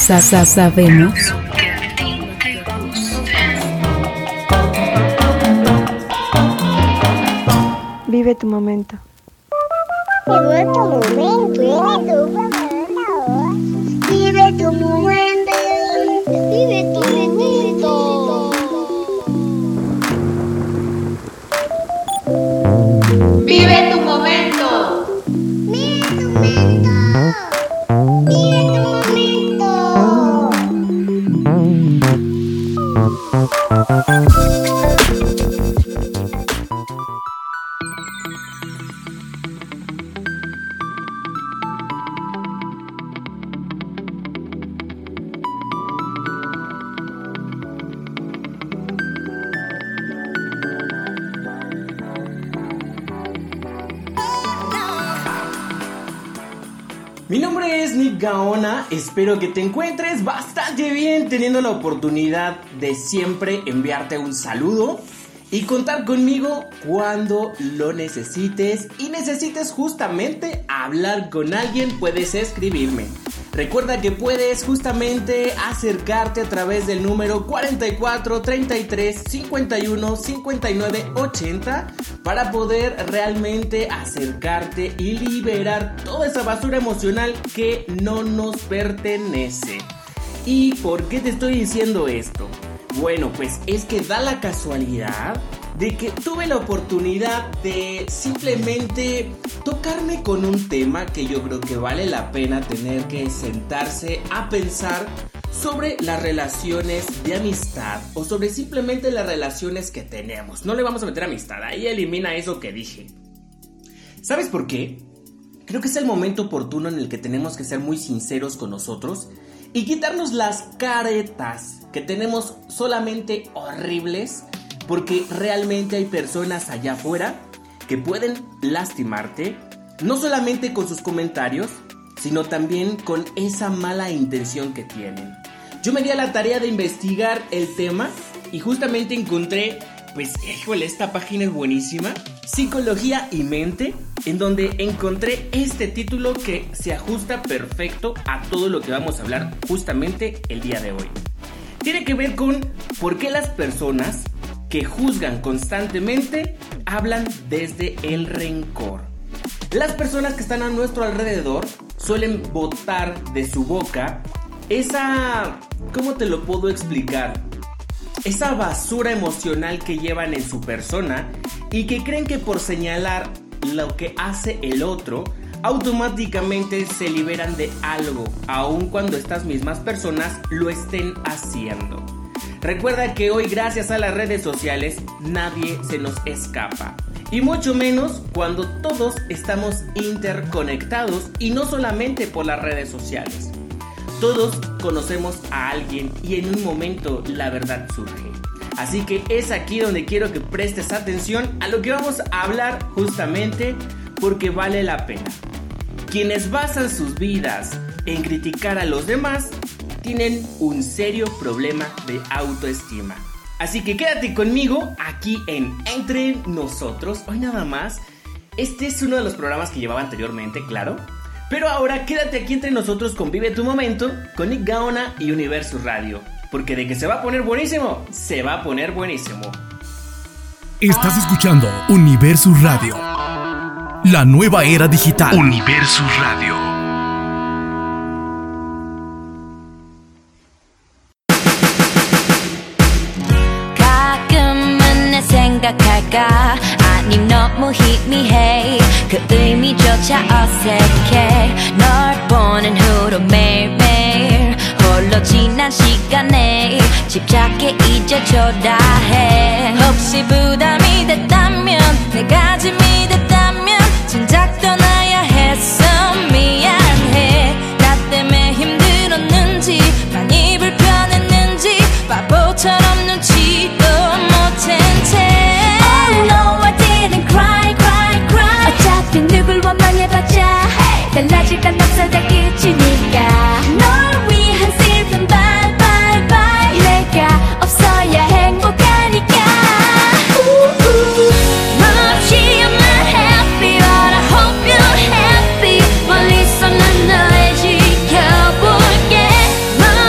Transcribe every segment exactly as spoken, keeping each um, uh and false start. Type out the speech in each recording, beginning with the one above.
sa, sa, sabemos. Vive tu momento. Vive tu momento. Vive tu momento. Vive tu momento. Vive tu momento. Vive tu momento. Vive tu Mi nombre es Nick Gaona, espero que te encuentres bastante bien, teniendo la oportunidad de siempre enviarte un saludo y contar conmigo cuando lo necesites y necesites justamente hablar con alguien, puedes escribirme. Recuerda que puedes justamente acercarte a través del número cuarenta y cuatro, treinta y tres, cincuenta y uno, cincuenta y nueve, ochenta para poder realmente acercarte y liberar toda esa basura emocional que no nos pertenece. ¿Y por qué te estoy diciendo esto? Bueno, pues es que da la casualidad de que tuve la oportunidad de simplemente tocarme con un tema que yo creo que vale la pena tener que sentarse a pensar sobre las relaciones de amistad o sobre simplemente las relaciones que tenemos. No le vamos a meter amistad, ahí elimina eso que dije. ¿Sabes por qué? Creo que es el momento oportuno en el que tenemos que ser muy sinceros con nosotros y quitarnos las caretas que tenemos solamente horribles, porque realmente hay personas allá afuera que pueden lastimarte, no solamente con sus comentarios, sino también con esa mala intención que tienen. Yo me di a la tarea de investigar el tema y justamente encontré, pues, híjole, esta página es buenísima, Psicología y Mente, en donde encontré este título que se ajusta perfecto a todo lo que vamos a hablar justamente el día de hoy. Tiene que ver con por qué las personas que juzgan constantemente hablan desde el rencor. Las personas que están a nuestro alrededor suelen botar de su boca esa, ¿cómo te lo puedo explicar? Esa basura emocional que llevan en su persona y que creen que por señalar lo que hace el otro, automáticamente se liberan de algo, aun cuando estas mismas personas lo estén haciendo. Recuerda que hoy, gracias a las redes sociales, nadie se nos escapa. Y mucho menos cuando todos estamos interconectados y no solamente por las redes sociales. Todos conocemos a alguien y en un momento la verdad surge. Así que es aquí donde quiero que prestes atención a lo que vamos a hablar justamente porque vale la pena. Quienes basan sus vidas en criticar a los demás tienen un serio problema de autoestima. Así que quédate conmigo aquí en Entre Nosotros. Hoy nada más, este es uno de los programas que llevaba anteriormente, claro. Pero ahora quédate aquí entre nosotros con Vive tu Momento, con Nick Gaona y Universo Radio. Porque de que se va a poner buenísimo, se va a poner buenísimo. Estás escuchando Universo Radio, la nueva era digital. Universo Radio. 생각할까 아님 너무 희미해 그 의미조차 어색해 널 보는 후로 매일매일 홀로 지난 시간에 집착해 이제 초라해 혹시 부담이 됐다면 내가 짐이 됐다면 진작 떠나야 했어 미안해 나 때문에 힘들었는지 많이 불편했는지 바보처럼 눈치도 못한 채 Oh no I didn't cry cry cry 어차피 누굴 원망해봤자 달라질 건 없어 다 끝이니까 널 위한 슬픈 bye bye bye 내가 없어야 행복하니까 Ooh, ooh. 몹시 I'm not happy but I hope you're happy 멀리서 난 널 지켜볼게 넌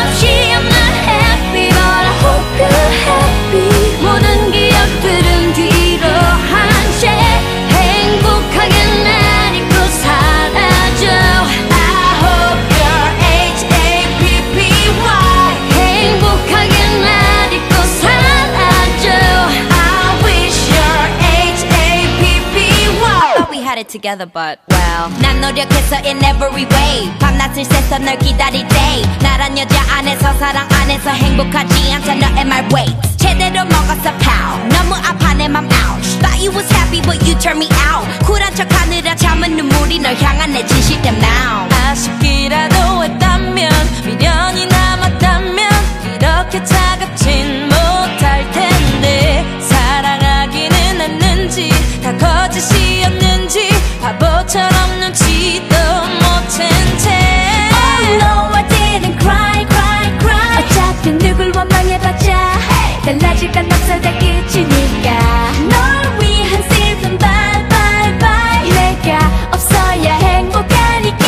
together, but well. 난 노력했어 in every way. 밤낮을 새서 널 기다릴 때 나란 여자 안에서 사랑 안에서 행복하지 않다 너의 말 wait. 제대로 먹었어 pow. 너무 아파 내 맘 ouch. Thought you was happy but you turned me out. 쿨한 척하느라 참은 눈물이 널 향한 내 진실된 마음. 아쉽기라도 했다면 미련이 남았다면 이렇게 차갑진 못할 텐데 사랑하기는 했는지 다 거짓이었는지 바보처럼 눈치도 못 챈 채 Oh no I didn't cry cry cry 어차피 누굴 원망해봤자 달라질 건 없어 다 끝이니까 널 위한 슬픈 bye bye bye 내가 없어야 행복하니까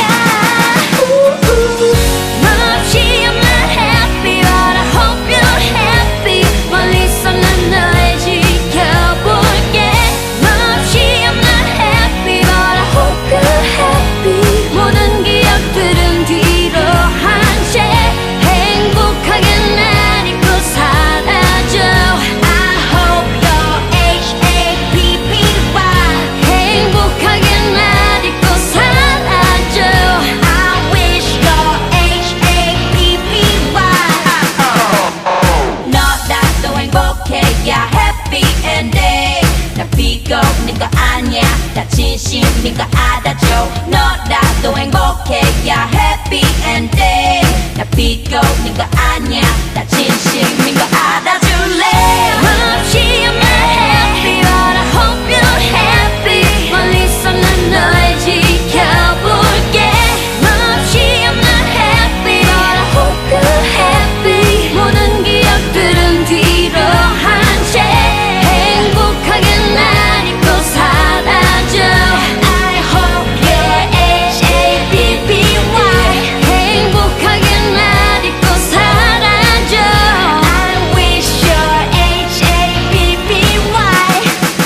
몹시 I'm not happy but I hope you're happy 멀리서 난 널 지켜볼게 몹시 I'm not happy but I hope you're happy 모든 기억들은 뒤로 한 채 행복하게 날 잊고 살아줘 I hope you're H A P P Y 행복하게 날 잊고 살아줘 I wish you're H A P P Y 너 나도 행복해야 happy ending 나 비꼬는 거 아니야 다 진심인 거 알아줘 너 나도 행복해야 happy ending 나 비꼬는 거 아니야 다 진심인 거 알아줄래 몹시 I'm not happy but I hope you're happy 멀리서 난 널 지켜볼게 몹시 I'm not happy but I hope you're happy 모든 기억들은 뒤로 한 채 행복하게 날 잊고 살아줘 I hope you're H A P P Y 행복하게 날 잊고 살아줘 I wish you're H A P P Y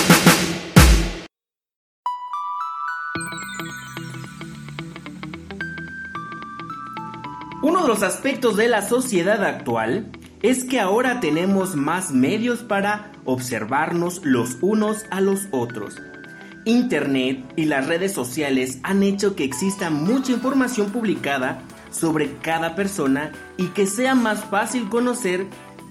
Uno de los aspectos de la sociedad actual es que ahora tenemos más medios para observarnos los unos a los otros. Internet y las redes sociales han hecho que exista mucha información publicada sobre cada persona y que sea más fácil conocer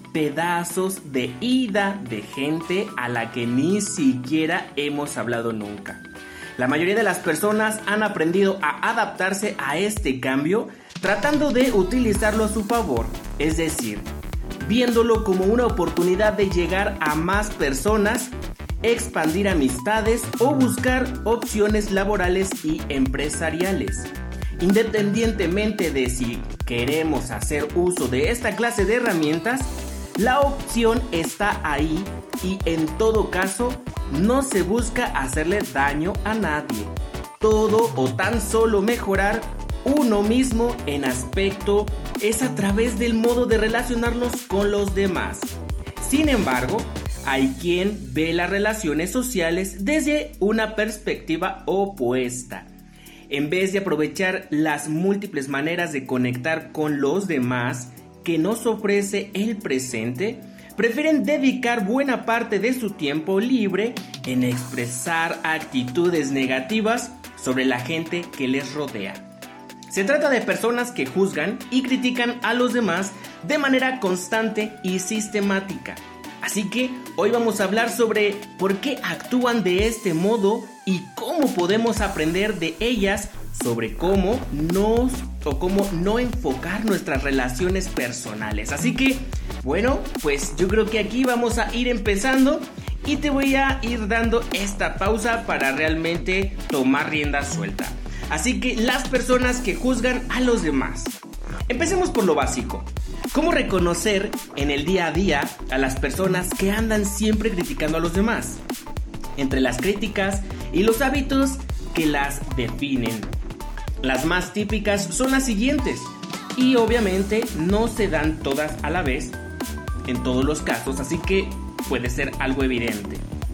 pedazos de ida de gente a la que ni siquiera hemos hablado nunca. La mayoría de las personas han aprendido a adaptarse a este cambio tratando de utilizarlo a su favor, es decir, viéndolo como una oportunidad de llegar a más personas, expandir amistades o buscar opciones laborales y empresariales. Independientemente de si queremos hacer uso de esta clase de herramientas, la opción está ahí y en todo caso no se busca hacerle daño a nadie. Todo o tan solo mejorar uno mismo en aspecto es a través del modo de relacionarnos con los demás. Sin embargo, hay quien ve las relaciones sociales desde una perspectiva opuesta. En vez de aprovechar las múltiples maneras de conectar con los demás que nos ofrece el presente, prefieren dedicar buena parte de su tiempo libre en expresar actitudes negativas sobre la gente que les rodea. Se trata de personas que juzgan y critican a los demás de manera constante y sistemática. Así que hoy vamos a hablar sobre por qué actúan de este modo y cómo podemos aprender de ellas sobre cómo nos o cómo no enfocar nuestras relaciones personales. Así que, bueno, pues yo creo que aquí vamos a ir empezando y te voy a ir dando esta pausa para realmente tomar rienda suelta. Así que las personas que juzgan a los demás. Empecemos por lo básico. ¿Cómo reconocer en el día a día a las personas que andan siempre criticando a los demás? Entre las críticas y los hábitos que las definen. Las más típicas son las siguientes, y obviamente no se dan todas a la vez en todos los casos, así que puede ser algo evidente.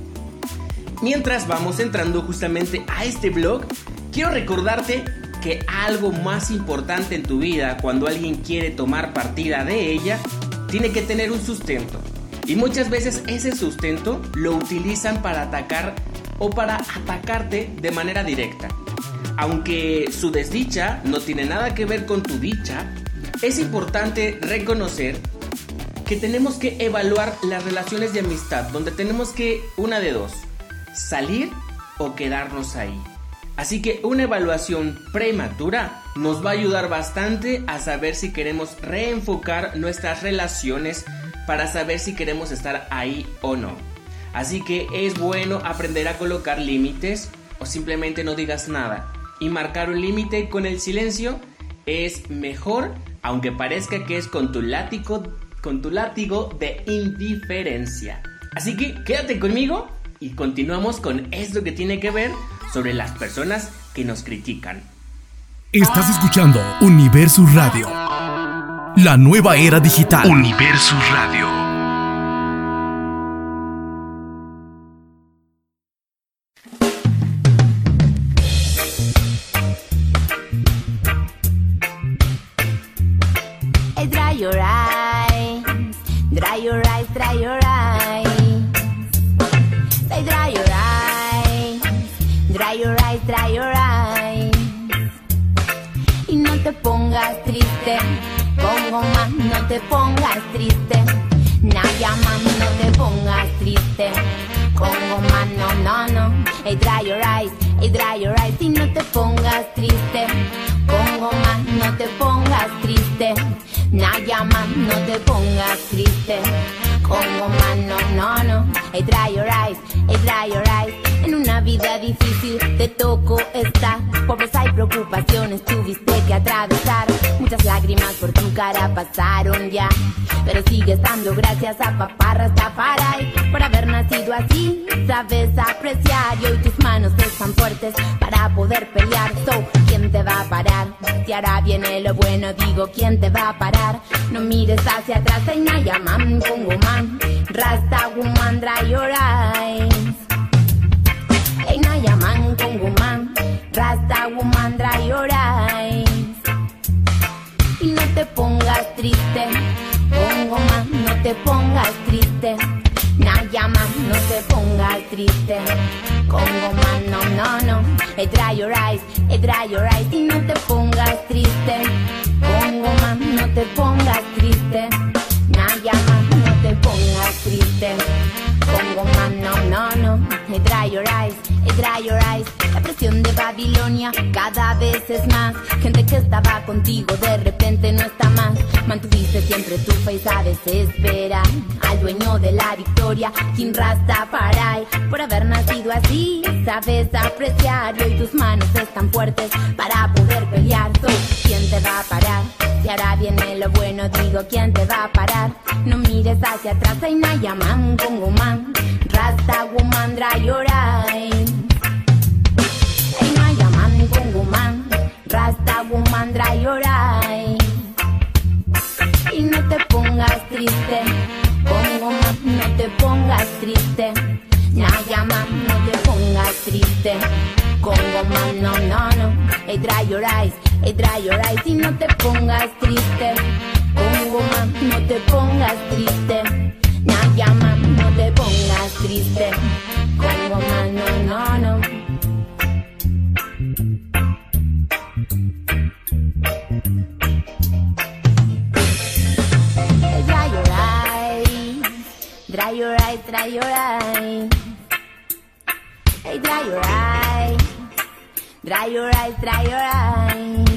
Mientras vamos entrando justamente a este blog, quiero recordarte que algo más importante en tu vida cuando alguien quiere tomar partida de ella, tiene que tener un sustento. Y muchas veces ese sustento lo utilizan para atacar o para atacarte de manera directa. Aunque su desdicha no tiene nada que ver con tu dicha, es importante reconocer que tenemos que evaluar las relaciones de amistad, donde tenemos que, una de dos, salir o quedarnos ahí. Así que una evaluación prematura nos va a ayudar bastante a saber si queremos reenfocar nuestras relaciones para saber si queremos estar ahí o no. Así que es bueno aprender a colocar límites o simplemente no digas nada. Y marcar un límite con el silencio es mejor, aunque parezca que es con tu látigo, con tu látigo de indiferencia. Así que quédate conmigo y continuamos con esto que tiene que ver sobre las personas que nos critican. Estás escuchando Universus Radio, la nueva era digital. Universus Radio. Hey, dry your eyes, dry your eyes, dry your eyes. Say dry your eyes, dry your eyes, dry your eyes. Y no te pongas triste, pongo más, no te pongas triste. Naya más, no te pongas triste, pongo más, no, no, no. Hey, dry your eyes, hey, dry your eyes. Y no te pongas triste, pongo más, no te pongas triste. Naya más, no te pongas triste, pongo más, no, no, no. Hey, dry your eyes, hey, dry your eyes. En una vida difícil te tocó estar. Pobreza y preocupaciones tuviste que atravesar. Muchas lágrimas por tu cara pasaron ya, pero sigues dando gracias a papá Rastafari por haber nacido así. Sabes apreciar y hoy tus manos están fuertes para poder pelear. So, ¿quién te va a parar? Si ahora viene lo bueno, digo, ¿quién te va a parar? No mires hacia atrás, hay Naya man, Congo man, Rasta woman, dry your eyes. Hey, Naya man, Congo man, Rasta woman, dry your eyes. Y no te pongas triste, Congo man, no te pongas triste. Naya man, no te pongas triste, Congo man, no, no, no. Hey, dry your eyes, hey, dry your eyes. Y no te pongas triste, Congo man, no te pongas triste. Naya man, no te pongas triste, Congo man, no, no, no. Hey, dry your eyes, hey, dry your eyes. La presión de Babilonia cada vez es más. Gente que estaba contigo de repente no está más. Mantuviste siempre tu fe y sabes esperar al dueño de la victoria, King Rastafari. Por haber nacido así, sabes apreciar y hoy tus manos están fuertes para poder pelear. So, ¿quién te va a parar? Si ahora viene lo bueno, digo, ¿quién te va a parar? No mires hacia atrás, hay Naya man, Congo man, Rasta woman, dry your eyes. Hey, Naya man, Congo man, Rasta woman, dry your eyes. Y no te pongas triste, Congo man, no te pongas triste. Naya man, no te pongas triste, Congo man, no, no, no. Hey, dry your eyes, hey, dry your eyes. Y no te pongas triste, Congo man, no te pongas triste. Naya man, no te pongas triste, Congo man, no, no, no. Hey, dry your eyes, dry your eyes, dry your eyes. Hey, dry your eyes, dry your eyes, dry your eyes.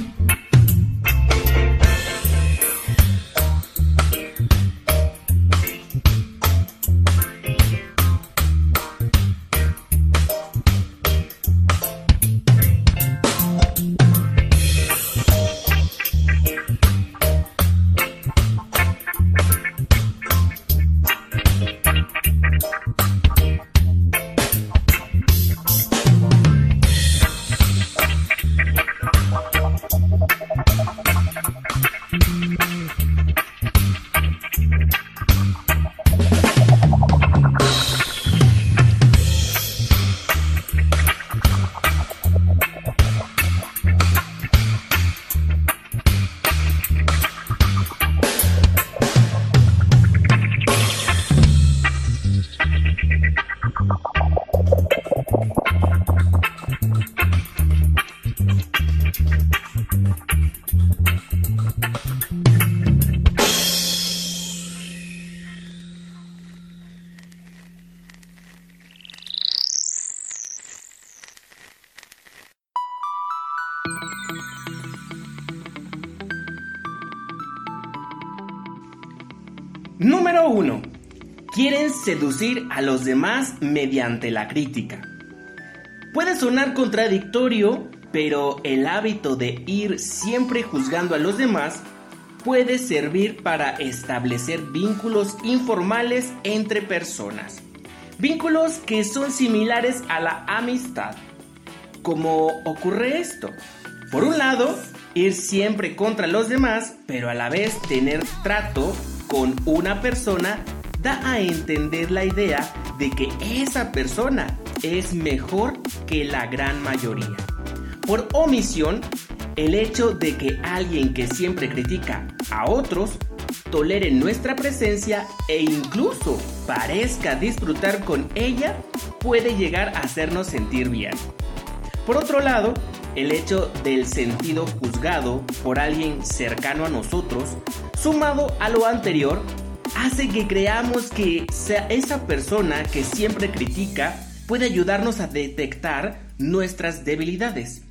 Número uno. Quieren seducir a los demás mediante la crítica. Puede sonar contradictorio, pero el hábito de ir siempre juzgando a los demás puede servir para establecer vínculos informales entre personas. Vínculos que son similares a la amistad. ¿Cómo ocurre esto? Por un lado, ir siempre contra los demás, pero a la vez tener trato con una persona da a entender la idea de que esa persona es mejor que la gran mayoría. Por omisión, el hecho de que alguien que siempre critica a otros tolere nuestra presencia e incluso parezca disfrutar con ella puede llegar a hacernos sentir bien. Por otro lado, el hecho del sentido juzgado por alguien cercano a nosotros, sumado a lo anterior, hace que creamos que sea esa persona que siempre critica puede ayudarnos a detectar nuestras debilidades,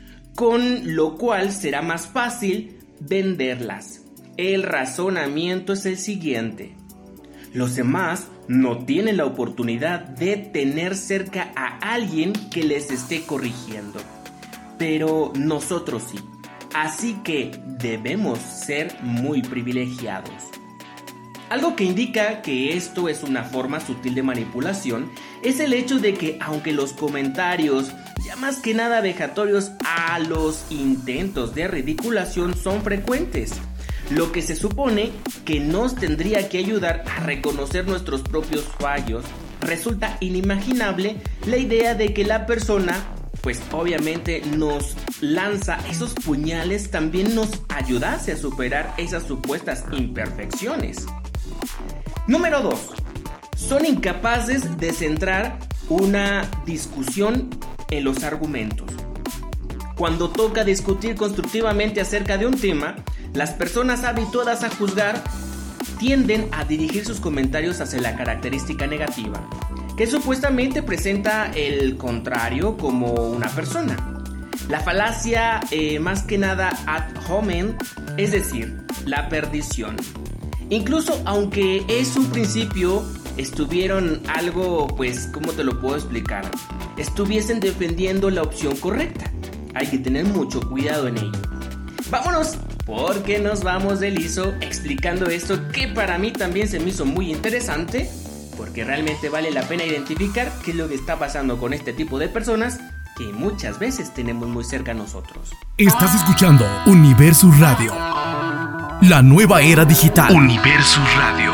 con lo cual será más fácil venderlas. El razonamiento es el siguiente: los demás no tienen la oportunidad de tener cerca a alguien que les esté corrigiendo, pero nosotros sí, así que debemos ser muy privilegiados. Algo que indica que esto es una forma sutil de manipulación es el hecho de que aunque los comentarios, ya más que nada vejatorios a los intentos de ridiculación, son frecuentes, lo que se supone que nos tendría que ayudar a reconocer nuestros propios fallos, resulta inimaginable la idea de que la persona, pues obviamente nos lanza esos puñales, también nos ayudase a superar esas supuestas imperfecciones. Número dos. Son incapaces de centrar una discusión en los argumentos. Cuando toca discutir constructivamente acerca de un tema, las personas habituadas a juzgar tienden a dirigir sus comentarios hacia la característica negativa, que supuestamente presenta el contrario como una persona. La falacia eh, más que nada ad hominem, es decir, la perdición. Incluso aunque es un principio, estuvieron algo, pues, ¿cómo te lo puedo explicar? Estuviesen defendiendo la opción correcta. Hay que tener mucho cuidado en ello. Vámonos, porque nos vamos de liso explicando esto que para mí también se me hizo muy interesante, porque realmente vale la pena identificar qué es lo que está pasando con este tipo de personas que muchas veces tenemos muy cerca a nosotros. Estás escuchando Universus Radio, la nueva era digital. Universus Radio.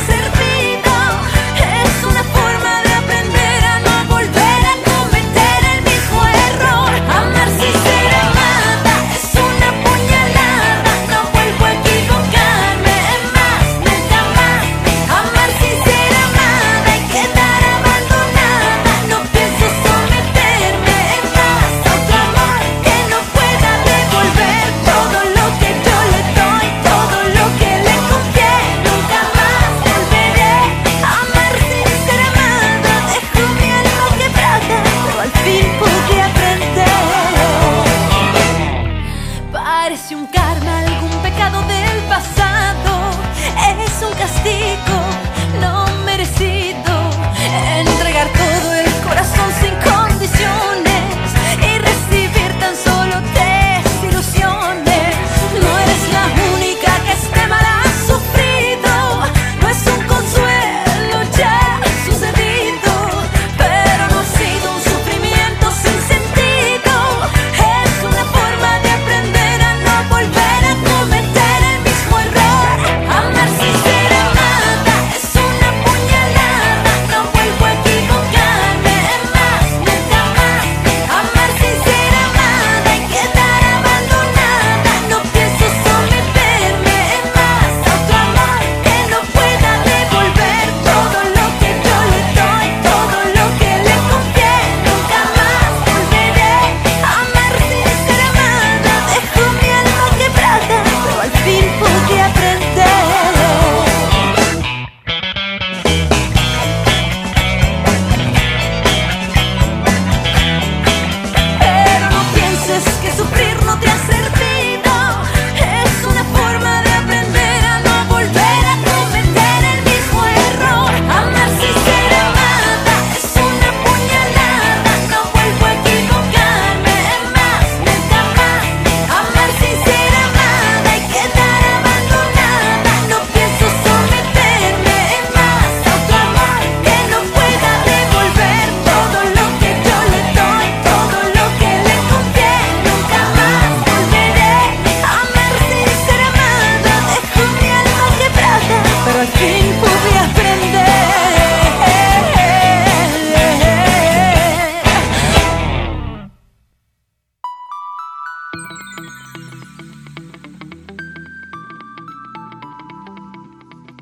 Aprender a no volver a cometer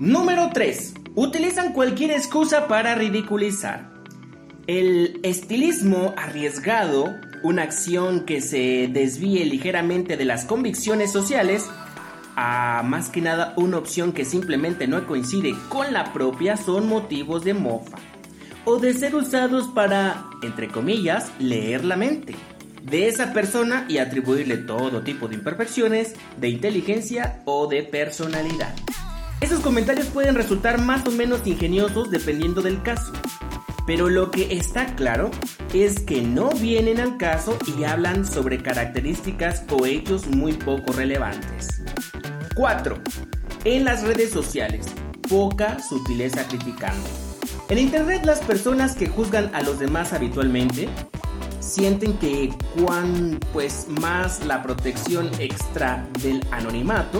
Número tres. Utilizan cualquier excusa para ridiculizar. El estilismo arriesgado, una acción que se desvíe ligeramente de las convicciones sociales, a más que nada una opción que simplemente no coincide con la propia, son motivos de mofa o de ser usados para, entre comillas, leer la mente de esa persona y atribuirle todo tipo de imperfecciones de inteligencia o de personalidad. Esos comentarios pueden resultar más o menos ingeniosos dependiendo del caso, pero lo que está claro es que no vienen al caso y hablan sobre características o hechos muy poco relevantes. cuatro. En las redes sociales, poca sutileza criticando. En internet, las personas que juzgan a los demás habitualmente sienten que cuan pues más la protección extra del anonimato,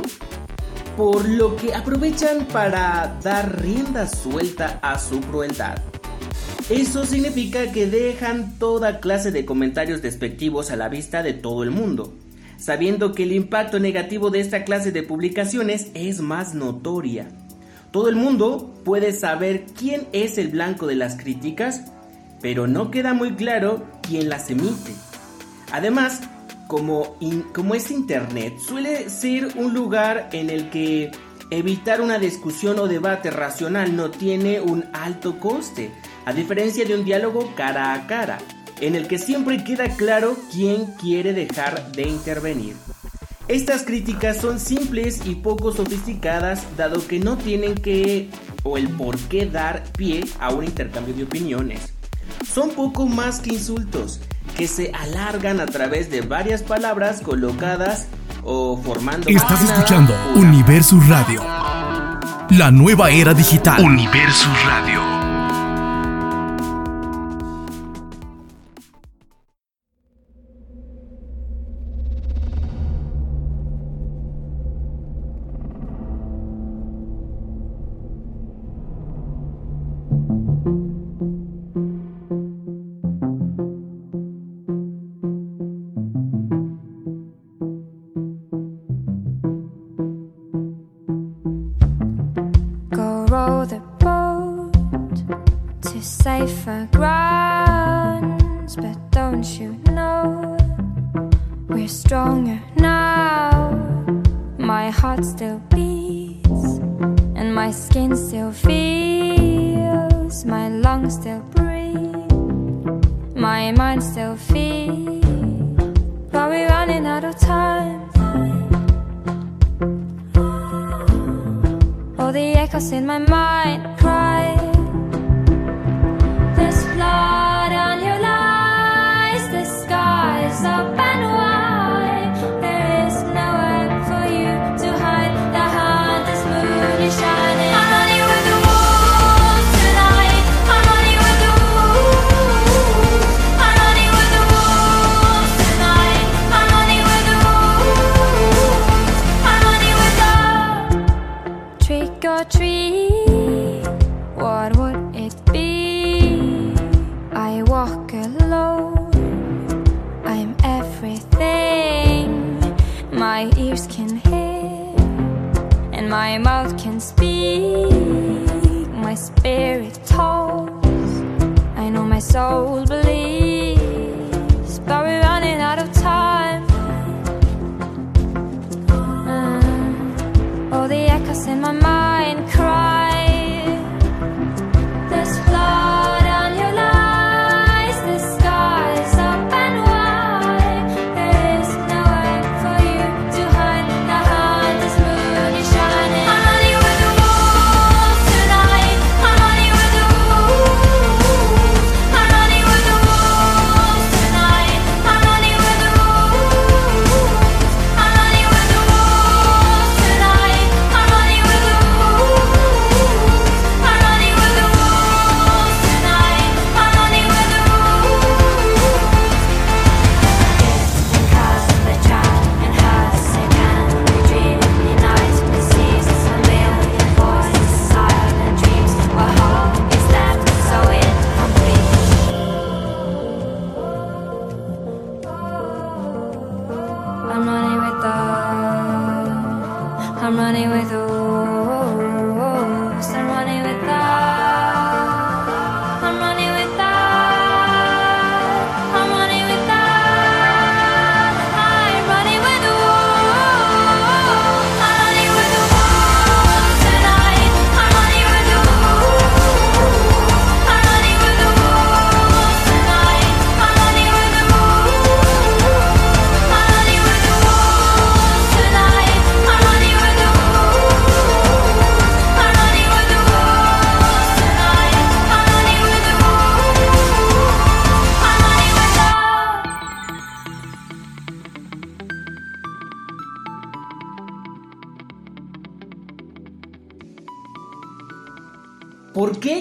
por lo que aprovechan para dar rienda suelta a su crueldad. Eso significa que dejan toda clase de comentarios despectivos a la vista de todo el mundo, sabiendo que el impacto negativo de esta clase de publicaciones es más notoria. Todo el mundo puede saber quién es el blanco de las críticas, pero no queda muy claro quién las emite. Además, como, in, como es internet, suele ser un lugar en el que evitar una discusión o debate racional no tiene un alto coste, a diferencia de un diálogo cara a cara, en el que siempre queda claro quién quiere dejar de intervenir. Estas críticas son simples y poco sofisticadas, dado que no tienen que o el por qué dar pie a un intercambio de opiniones. Son poco más que insultos, que se alargan a través de varias palabras colocadas o formando... Estás escuchando Universus Radio, la nueva era digital. Universus Radio. Safer grounds, but don't you know we're stronger now? My heart still beats and my skin still feels, my lungs still breathe, my mind still feels, but we're running out of time. All the echoes in my mind cry, blood on your lies, the sky is up and wide. There is nowhere for you to hide. The hardest moon is shining. I'm running with the wolves tonight. I'm running with the wolves. I'm running with the wolves tonight. I'm running with the wolves. I'm running with the trick or treat. What would it be? I walk alone, I'm everything my ears can hear and my mouth can speak. My spirit talks, I know my soul believes, but we're running out of time. uh, All the echoes in my mind cry, there's blood on your life. With the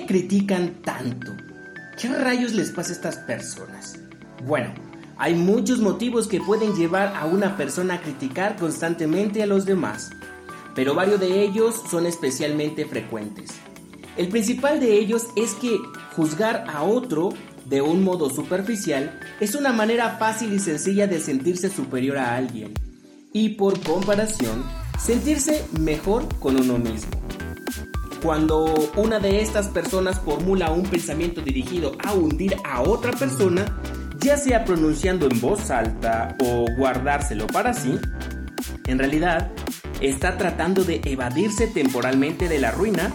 qué critican tanto? ¿Qué rayos les pasa a estas personas? Bueno, hay muchos motivos que pueden llevar a una persona a criticar constantemente a los demás, pero varios de ellos son especialmente frecuentes. El principal de ellos es que juzgar a otro de un modo superficial es una manera fácil y sencilla de sentirse superior a alguien y, por comparación, sentirse mejor con uno mismo. Cuando una de estas personas formula un pensamiento dirigido a hundir a otra persona, ya sea pronunciando en voz alta o guardárselo para sí, en realidad está tratando de evadirse temporalmente de la ruina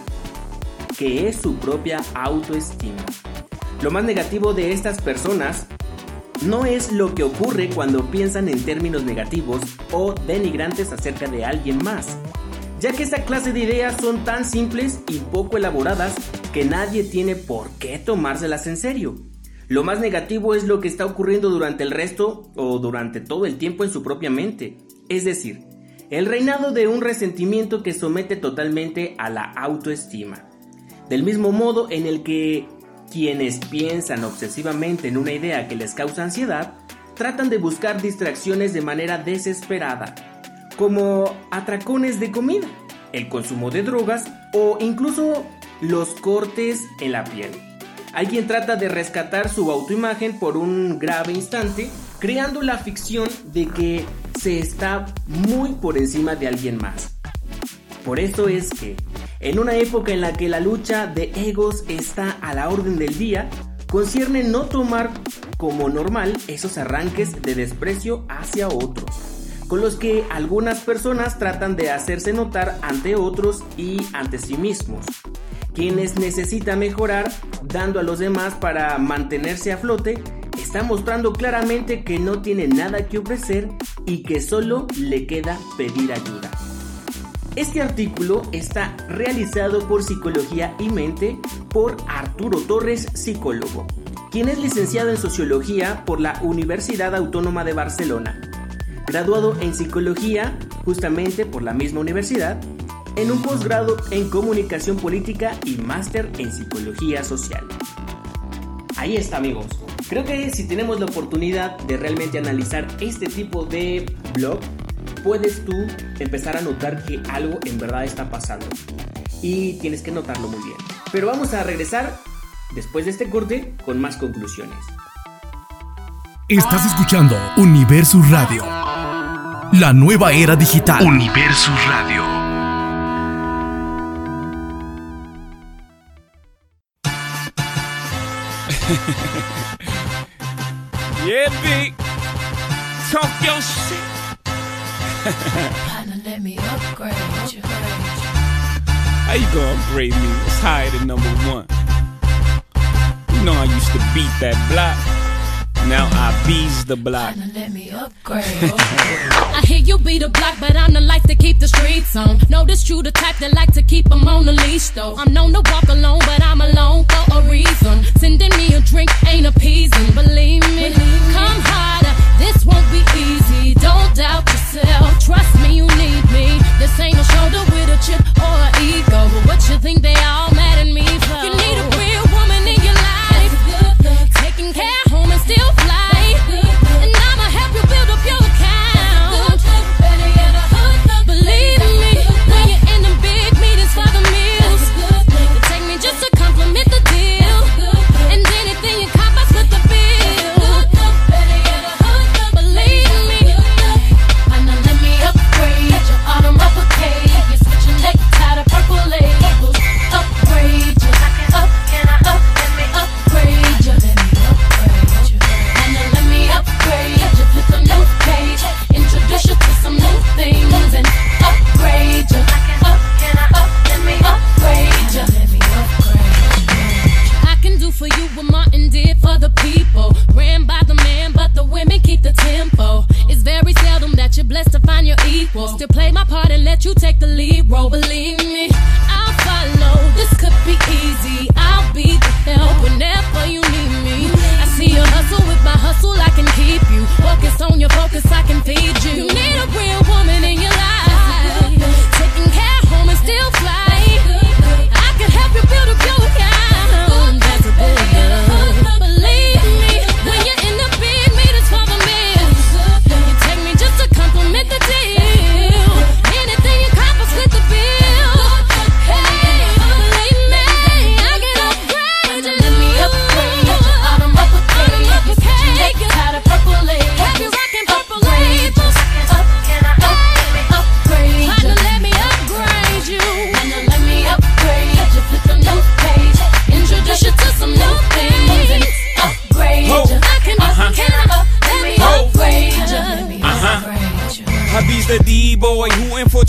que es su propia autoestima. Lo más negativo de estas personas no es lo que ocurre cuando piensan en términos negativos o denigrantes acerca de alguien más, ya que esta clase de ideas son tan simples y poco elaboradas que nadie tiene por qué tomárselas en serio. Lo más negativo es lo que está ocurriendo durante el resto o durante todo el tiempo en su propia mente, es decir, el reinado de un resentimiento que somete totalmente a la autoestima. Del mismo modo en el que quienes piensan obsesivamente en una idea que les causa ansiedad, tratan de buscar distracciones de manera desesperada, como atracones de comida, el consumo de drogas o incluso los cortes en la piel. Hay quien trata de rescatar su autoimagen por un grave instante, creando la ficción de que se está muy por encima de alguien más. Por eso es que, en una época en la que la lucha de egos está a la orden del día, concierne no tomar como normal esos arranques de desprecio hacia otros, con los que algunas personas tratan de hacerse notar ante otros y ante sí mismos. Quienes necesitan mejorar dando a los demás para mantenerse a flote, está mostrando claramente que no tiene nada que ofrecer y que solo le queda pedir ayuda. Este artículo está realizado por Psicología y Mente por Arturo Torres, psicólogo, quien es licenciado en Sociología por la Universidad Autónoma de Barcelona, graduado en Psicología justamente por la misma universidad, en un posgrado en Comunicación Política y máster en Psicología Social. Ahí está, amigos. Creo que si tenemos la oportunidad de realmente analizar este tipo de blog, puedes tú empezar a notar que algo en verdad está pasando. Y tienes que notarlo muy bien. Pero vamos a regresar después de este corte con más conclusiones. Estás escuchando Universo Radio, la nueva era digital. Universo Radio. Yeah, B. Talk your shit. Partner, let me upgrade you. How you gonna upgrade me? It's higher than number one. You know I used to beat that block. Now I bees the block. Partner, let me upgrade. I hear you be the block, but I'm the life to keep the streets on. Notice you the type that like to keep them on the leash, though. I'm known to walk alone, but I'm alone for a reason. Sending me a drink ain't appeasing, believe me. Come harder, this won't be easy. Don't doubt yourself, trust me, you need me. This ain't no shoulder with a chip or an ego, but what you think they all mad at me for? You need a real woman in your life, taking care home and still fly. And I'ma help you build up your account. Believe me, when you're in the big meetings for the meals, it take me just to compliment the deal. And anything you cop, I split the bill. Believe me, and now let me upgrade your autumn uppercase. You're switching necktie to purple labels. Upgrade you, up, can I up, let me upgrade you. Let me upgrade you, and now let me upgrade you. Flip a new page, introduce you to some new things, and upgrade you. Up, can I up, let me upgrade you. Let me upgrade you. I can do for you what Martin did for the people. Ran by the man, but the women keep the tempo. It's very seldom that you're blessed to find your equal. Still play my part and let you take the lead role. Believe me, I'll follow. This could be easy. I'll be the help whenever you need me. I see you hustle with my hustle, I can keep you. Focus on your focus, I can feed you. You need a real woman in your life, taking care home and still fly. I can help you build up your account.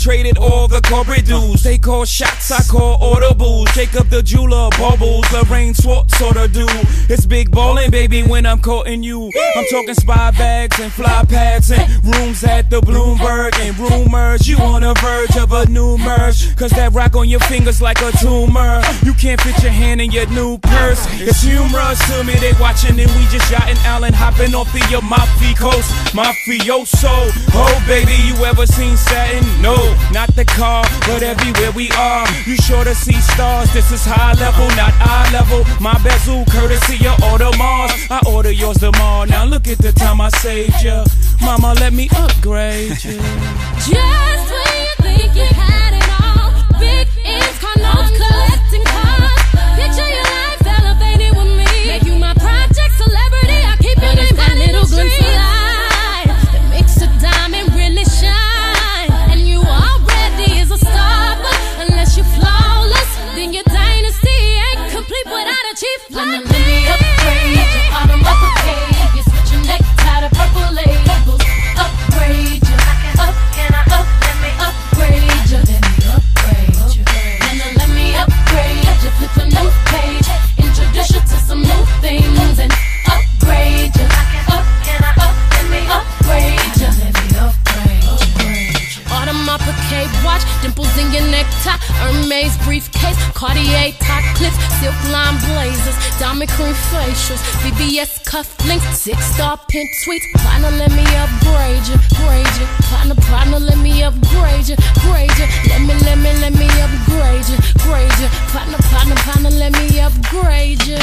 traded all the corporate dues. They call shots, I call audibles. Jacob the jeweler, bubbles, Lorraine Swartz sorta do. It's big ballin', baby, when I'm courting you. I'm talking spy bags and fly pads and rooms at the Bloomberg and rumors. You on the verge of a new merge, cause that rock on your fingers like a tumor. You can't fit your hand in your new purse. It's humorous to me, they watching and we just yachting Allen, hopping off the Amalfi Coast. Mafioso, oh baby, you ever seen satin? No, not the car, but everywhere we are. You sure to see stars, this is high level, not eye level. My bezel, courtesy of Audemars. I order yours tomorrow, now look at the time I saved ya. Mama, let me upgrade you. Just when you think you had it all, big ends, car loans, collecting cars. Picture your life elevated with me. Make you my project celebrity. I keep your name that little glimpse of light that makes a diamond really shine. And you already is a star, but unless you're flawless, then your dynasty ain't complete without a chief like me. Let me upgrade you, bottom uppercase. You're switching necktie to purple labels. Upgrade you, up, can I up, let me upgrade you, let me upgrade you. And then let me upgrade you, flip a new page, introduce you to some new things and upgrade you, up, can I up, let me upgrade you, let me upgrade you. Autumn uppercase watch, dimples in your necktie, Hermes briefcase, Cartier top clips, silk line blazers, diamond cream facials, V V S cufflinks, six star pimp suites. Partner, let me upgrade you, grade you. Partner, partner, let me upgrade you, grade you. Let me, let me, let me upgrade you, grade you. Partner, partner, partner, let me upgrade you.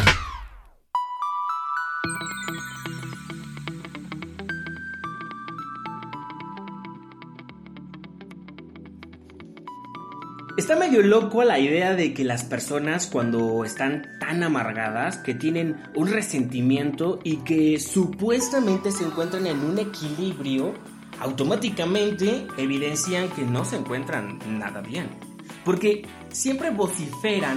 Está medio loco la idea de que las personas cuando están tan amargadas, que tienen un resentimiento y que supuestamente se encuentran en un equilibrio, automáticamente evidencian que no se encuentran nada bien. Porque siempre vociferan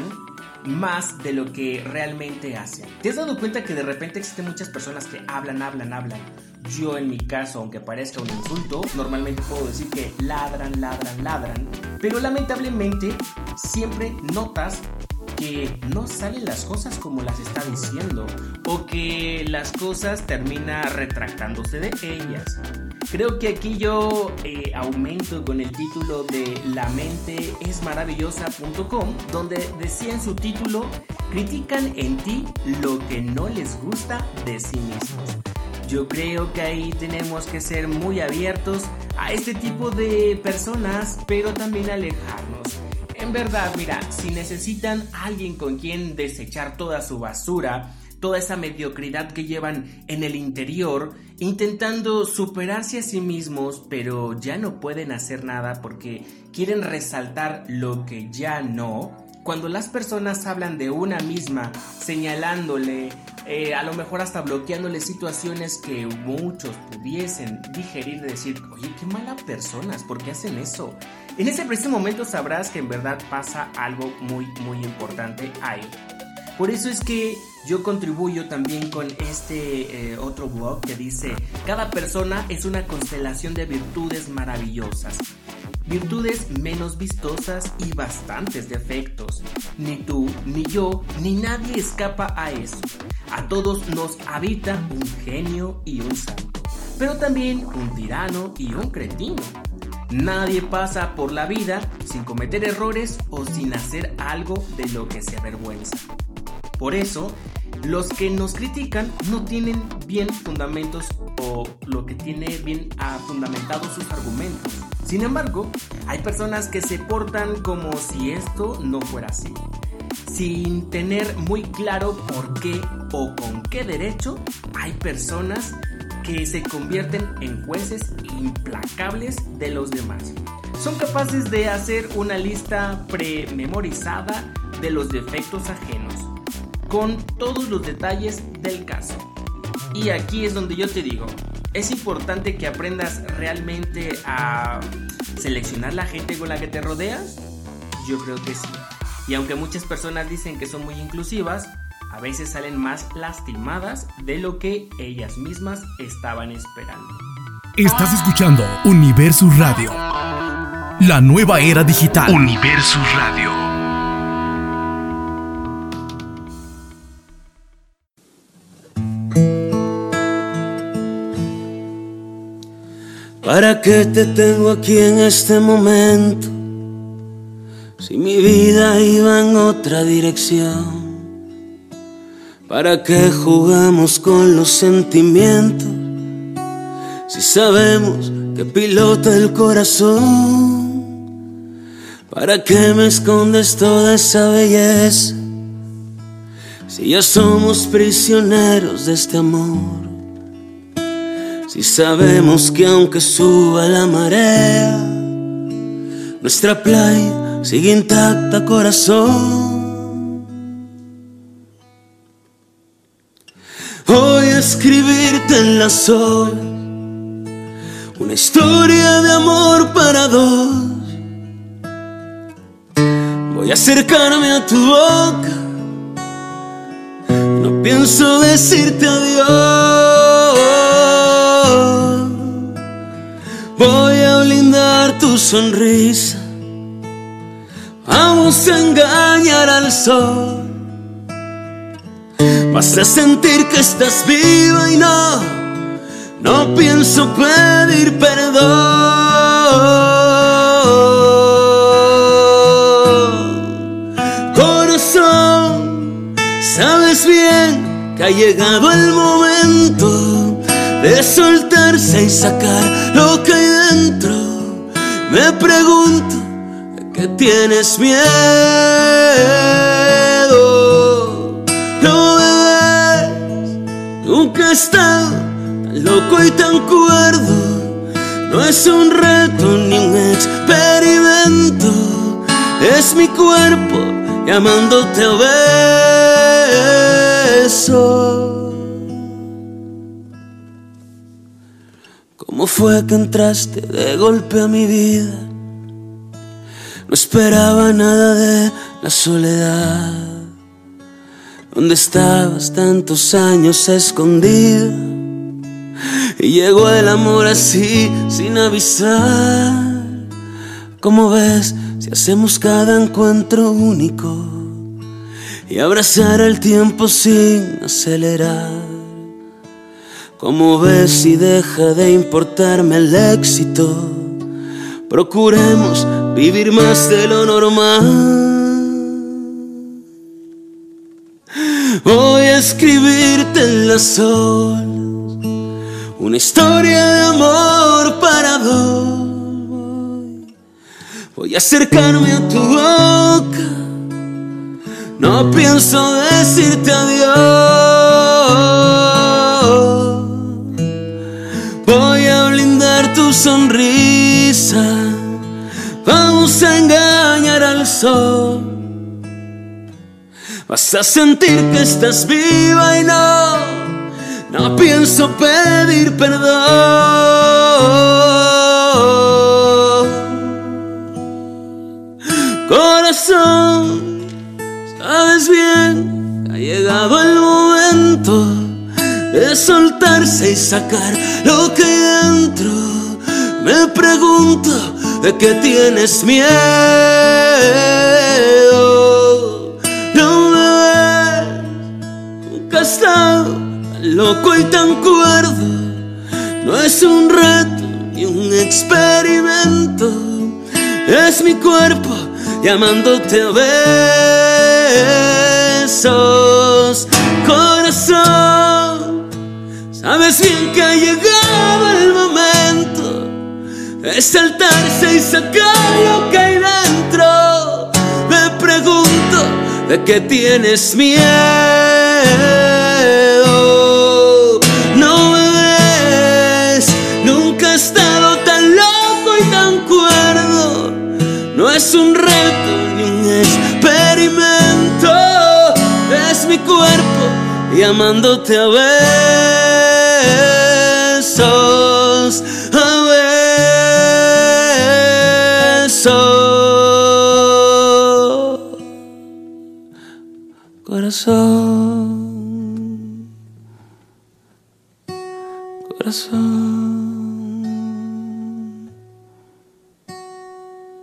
más de lo que realmente hacen. ¿Te has dado cuenta que de repente existen muchas personas que hablan, hablan, hablan? Yo en mi caso, aunque parezca un insulto, normalmente puedo decir que ladran, ladran, ladran, pero lamentablemente siempre notas que no salen las cosas como las está diciendo, o que las cosas termina retractándose de ellas. Creo que aquí yo eh, aumento con el título de la mente es maravillosa punto com, donde decía en su título: critican en ti lo que no les gusta de sí mismos. Yo creo que ahí tenemos que ser muy abiertos a este tipo de personas, pero también alejarnos. En verdad, mira, si necesitan a alguien con quien desechar toda su basura, toda esa mediocridad que llevan en el interior, intentando superarse a sí mismos, pero ya no pueden hacer nada porque quieren resaltar lo que ya no. Cuando las personas hablan de una misma, señalándole, eh, a lo mejor hasta bloqueándole situaciones que muchos pudiesen digerir, de decir, oye, qué malas personas, ¿por qué hacen eso? En ese preciso momento sabrás que en verdad pasa algo muy, muy importante ahí. Por eso es que yo contribuyo también con este eh, otro blog que dice: cada persona es una constelación de virtudes maravillosas, virtudes menos vistosas y bastantes defectos. Ni tú, ni yo, ni nadie escapa a eso. A todos nos habita un genio y un santo, pero también un tirano y un cretino. Nadie pasa por la vida sin cometer errores o sin hacer algo de lo que se avergüenza. Por eso, los que nos critican no tienen bien fundamentos, o lo que tiene bien ah, fundamentados sus argumentos. Sin embargo, hay personas que se portan como si esto no fuera así, sin tener muy claro por qué o con qué derecho. Hay personas que se convierten en jueces implacables de los demás. Son capaces de hacer una lista prememorizada de los defectos ajenos, con todos los detalles del caso. Y aquí es donde yo te digo, es importante que aprendas realmente a seleccionar la gente con la que te rodeas. Yo creo que sí. Y aunque muchas personas dicen que son muy inclusivas, a veces salen más lastimadas de lo que ellas mismas estaban esperando. Estás escuchando Universo Radio, La nueva era digital. Universo Radio. ¿Para qué te tengo aquí en este momento? Si mi vida iba en otra dirección. ¿Para qué jugamos con los sentimientos? Si sabemos que pilota el corazón. ¿Para qué me escondes toda esa belleza? Si ya somos prisioneros de este amor. Si sabemos que aunque suba la marea, nuestra playa sigue intacta, corazón. Voy a escribirte en la sol una historia de amor para dos. Voy a acercarme a tu boca, no pienso decirte adiós. Voy a blindar tu sonrisa, vamos a engañar al sol. Vas a sentir que estás viva y no, no pienso pedir perdón. Corazón, sabes bien que ha llegado el momento de soltarse y sacar lo que hay dentro. Me pregunto, ¿de qué tienes miedo? No, bebés, nunca he estado tan loco y tan cuerdo. No es un reto ni un experimento. Es mi cuerpo llamándote a besos. ¿Cómo fue que entraste de golpe a mi vida? No esperaba nada de la soledad. ¿Dónde estabas tantos años escondida? Y llegó el amor así, sin avisar. ¿Cómo ves si hacemos cada encuentro único y abrazar el tiempo sin acelerar? ¿Cómo ves si deja de importarme el éxito? Procuremos vivir más de lo normal. Voy a escribirte en las olas una historia de amor para dos. Voy a acercarme a tu boca, no pienso decirte adiós. Voy a blindar tu sonrisa, vamos a engañar al sol. Vas a sentir que estás viva y no, no pienso pedir perdón. Corazón, sabes bien que ha llegado el momento de soltarse y sacar lo que hay dentro. Me pregunto, ¿de qué tienes miedo? No me ves, nunca he estado tan loco y tan cuerdo. No es un reto ni un experimento. Es mi cuerpo llamándote a besos. Corazón, sabes bien que ha llegado el momento de saltarse y sacar lo que hay dentro. Me pregunto, ¿de qué tienes miedo? No me ves, nunca he estado tan loco y tan cuerdo. No es un reto ni un experimento. Es mi cuerpo llamándote a besos, a besos. Corazón, corazón.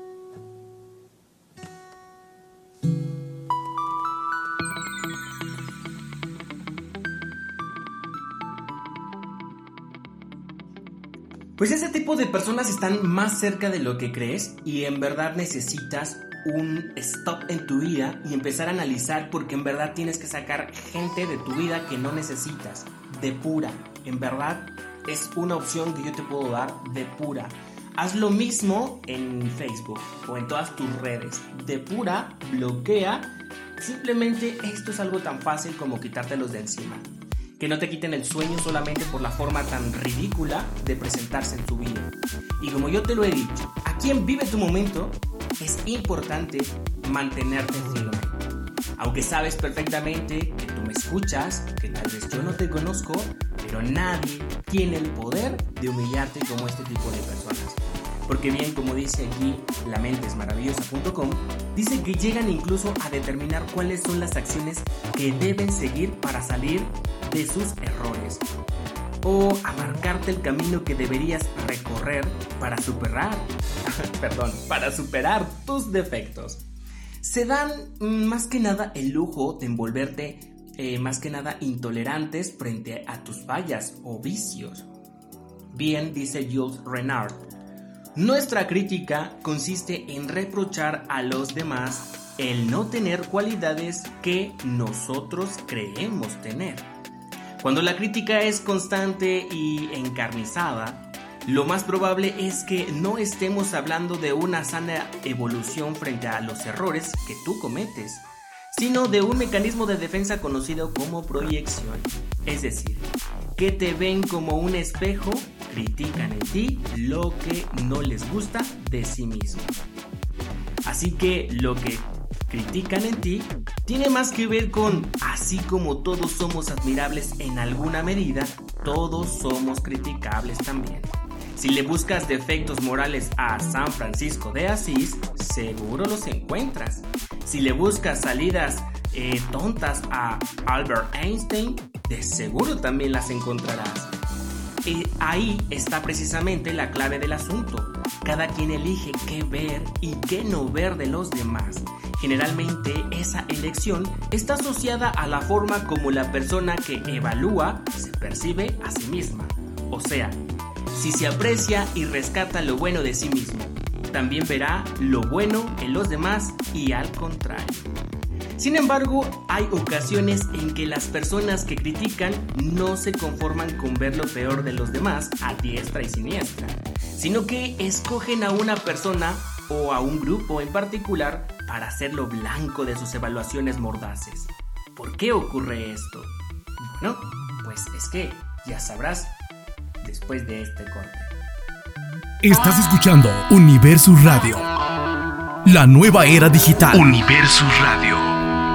Pues ese tipo de personas están más cerca de lo que crees y en verdad necesitas un stop en tu vida y empezar a analizar, porque en verdad tienes que sacar gente de tu vida que no necesitas. Depura, en verdad es una opción que yo te puedo dar, depura. Haz lo mismo en Facebook o en todas tus redes. Depura, bloquea. Simplemente esto es algo tan fácil como quitártelos de encima. Que no te quiten el sueño solamente por la forma tan ridícula de presentarse en tu vida. Y como yo te lo he dicho, aquí en Vive tu Momento es importante mantenerte firme. Aunque sabes perfectamente que tú me escuchas, que tal vez yo no te conozco, pero nadie tiene el poder de humillarte como este tipo de personas. Porque bien, como dice aquí la mente es maravillosa punto com, dice que llegan incluso a determinar cuáles son las acciones que deben seguir para salir de sus errores, o a marcarte el camino que deberías recorrer para superar, perdón, para superar tus defectos. Se dan más que nada el lujo de envolverte eh, más que nada intolerantes frente a tus fallas o vicios. Bien, dice Jules Renard, nuestra crítica consiste en reprochar a los demás el no tener cualidades que nosotros creemos tener. Cuando la crítica es constante y encarnizada, lo más probable es que no estemos hablando de una sana evolución frente a los errores que tú cometes, sino de un mecanismo de defensa conocido como proyección. Es decir, que te ven como un espejo, critican en ti lo que no les gusta de sí mismos. Así que lo que critican en ti tiene más que ver con, así como todos somos admirables en alguna medida, todos somos criticables también. Si le buscas defectos morales a San Francisco de Asís, seguro los encuentras. Si le buscas salidas eh, tontas a Albert Einstein, de seguro también las encontrarás. Y ahí está precisamente la clave del asunto. Cada quien elige qué ver y qué no ver de los demás. Generalmente esa elección está asociada a la forma como la persona que evalúa se percibe a sí misma. O sea, si se aprecia y rescata lo bueno de sí mismo, también verá lo bueno en los demás y al contrario. Sin embargo, hay ocasiones en que las personas que critican no se conforman con ver lo peor de los demás a diestra y siniestra, sino que escogen a una persona o a un grupo en particular para hacerlo blanco de sus evaluaciones mordaces. ¿Por qué ocurre esto? Bueno, pues es que ya sabrás después de este corte. Estás escuchando Universo Radio, la nueva era digital. Universo Radio.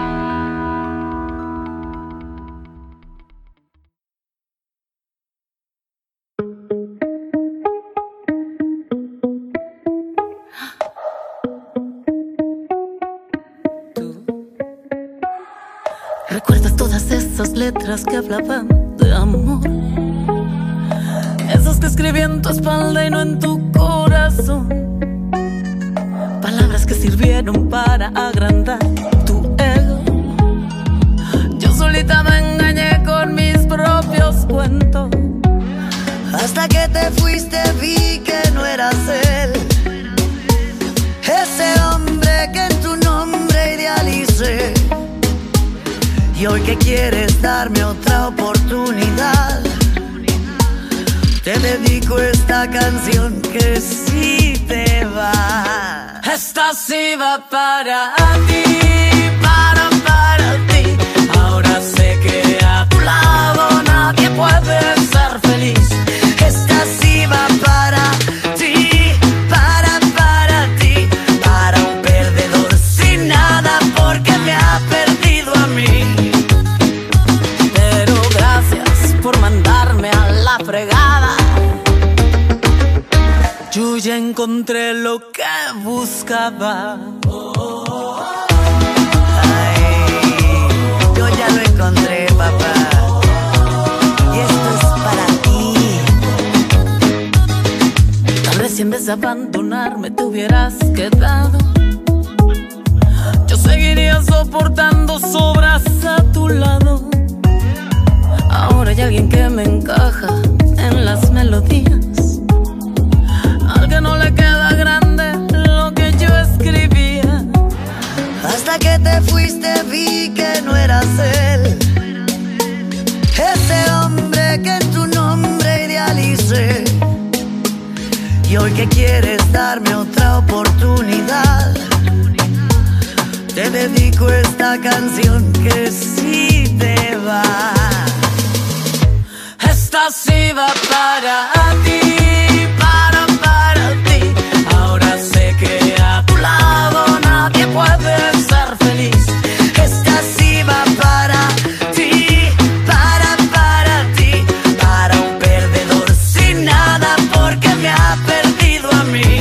¿Recuerdas todas esas letras que hablaban de amor? Esas que escribí en tu espalda y no en tu corazón. Palabras que sirvieron para agrandar tu ego. Yo solita me engañé con mis propios cuentos. Hasta que te fuiste vi que no eras él, ese hombre que en tu nombre idealicé. Y hoy que quieres darme otra oportunidad, te dedico esta canción que sí te va. Esta sí va para ti, para, para ti. Ahora sé que a tu lado nadie puede ser feliz. Esta sí va para ti, para, para ti. Para un perdedor sin nada porque me ha perdido a mí. Pero gracias por mandarme a la fregada. Yo ya encontré lo que buscaba. Ay, yo ya lo encontré, papá. Y esto es para ti. Tal vez si en vez de abandonarme te hubieras quedado, yo seguiría soportando sobras a tu lado. Ahora hay alguien que me encaja en las melodías. hoy que quieres darme otra oportunidad, te dedico esta canción que sí te va. Esta sí va para ti, para, para ti. Ahora sé que a tu lado nadie puede ser feliz. Esta sí va para ti, para, para ti. Para un perdedor sin nada porque me ha perdido a mí.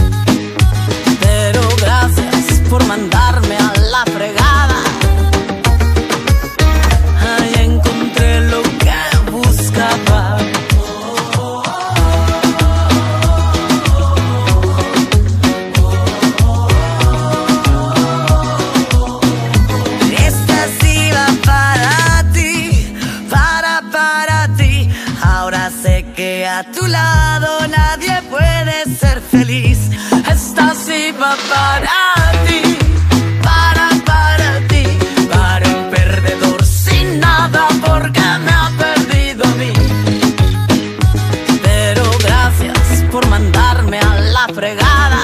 Pero gracias por mandarme a la fregada. Ahí encontré lo que buscaba. Esta sí va para ti, para, para ti. Ahora sé que a tu lado nadie puede ser feliz. Esta sí va para ti, para, para ti. Para un perdedor sin nada porque me ha perdido a mí. Pero gracias por mandarme a la fregada.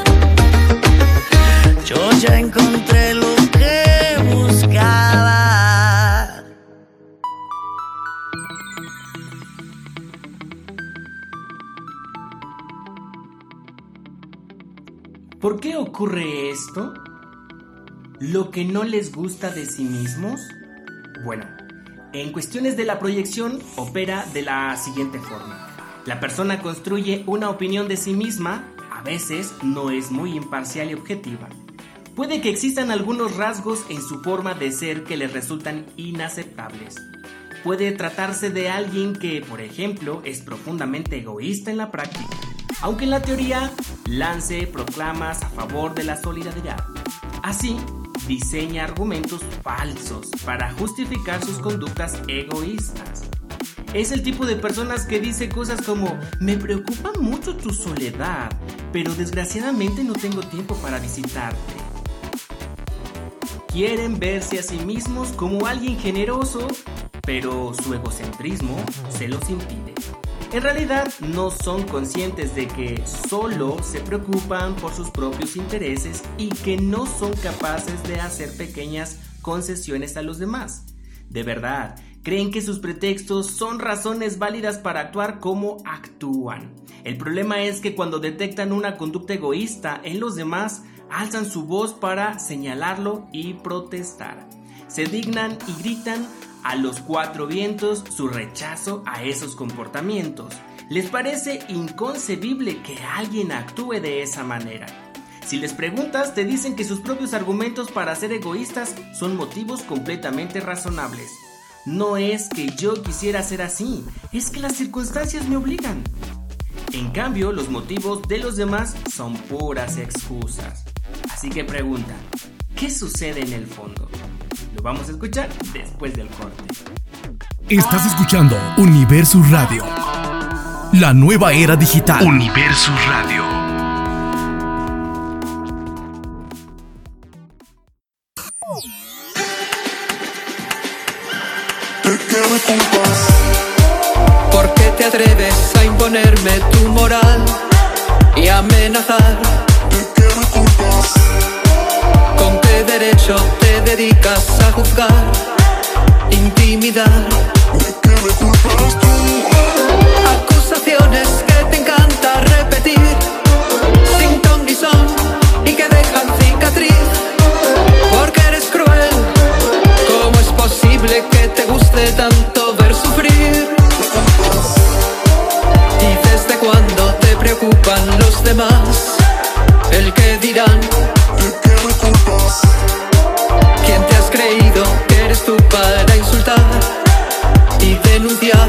Yo ya encontré lo que buscaba. ¿Por qué ocurre esto? ¿Lo que no les gusta de sí mismos? Bueno, en cuestiones de la proyección opera de la siguiente forma. La persona construye una opinión de sí misma, a veces no es muy imparcial y objetiva. Puede que existan algunos rasgos en su forma de ser que les resultan inaceptables. Puede tratarse de alguien que, por ejemplo, es profundamente egoísta en la práctica, aunque en la teoría lance proclamas a favor de la solidaridad. Así, diseña argumentos falsos para justificar sus conductas egoístas. Es el tipo de personas que dice cosas como: me preocupa mucho tu soledad, pero desgraciadamente no tengo tiempo para visitarte. Quieren verse a sí mismos como alguien generoso, pero su egocentrismo se los impide. En realidad no son conscientes de que solo se preocupan por sus propios intereses y que no son capaces de hacer pequeñas concesiones a los demás. De verdad, creen que sus pretextos son razones válidas para actuar como actúan. El problema es que cuando detectan una conducta egoísta en los demás, alzan su voz para señalarlo y protestar. Se dignan y gritan a los cuatro vientos su rechazo a esos comportamientos. Les parece inconcebible que alguien actúe de esa manera. Si les preguntas, te dicen que sus propios argumentos para ser egoístas son motivos completamente razonables. No es que yo quisiera ser así, es que las circunstancias me obligan. En cambio, los motivos de los demás son puras excusas. Así que pregunta, ¿qué sucede en el fondo? Lo vamos a escuchar después del corte. Estás escuchando Universo Radio, la nueva era digital. Universo Radio. ¿Por qué te atreves a imponerme tu moral y amenazar? ¿Con qué derecho te dedicas a juzgar, intimidar? Acusaciones que te encanta repetir, sin ton ni son, y que dejan cicatriz. Porque eres cruel, ¿cómo es posible que te guste tanto ver sufrir? ¿Y desde cuándo te preocupan los demás? El que dirán. ¿Quién te has creído que eres tú para insultar y denunciar?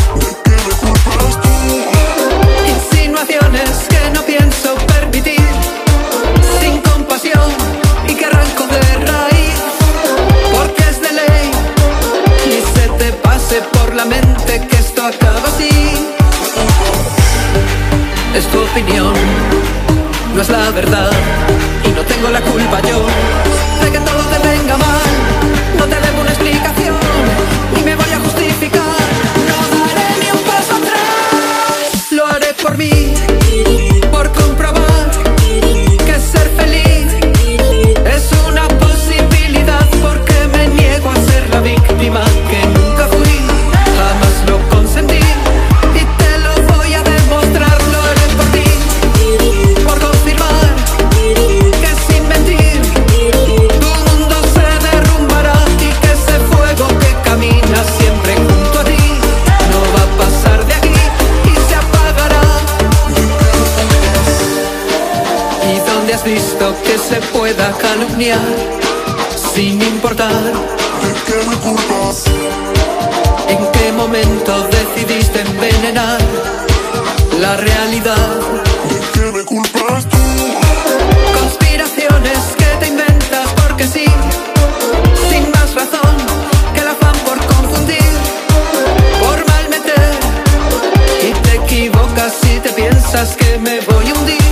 Insinuaciones que no pienso permitir, sin compasión y que arranco de raíz, porque es de ley. Ni se te pase por la mente que esto acaba así. Es tu opinión, no es la verdad, y no tengo la culpa yo de que todo te venga mal. No te debo una explicación, ni me voy a justificar. No daré ni un paso atrás, lo haré por mí. has visto que se pueda calumniar sin importar de qué me culpas. ¿En qué momento decidiste envenenar la realidad? ¿De qué me culpas tú? Conspiraciones que te inventas porque sí, sin más razón que el afán por confundir, por mal meter, y te equivocas si te piensas que me voy a hundir.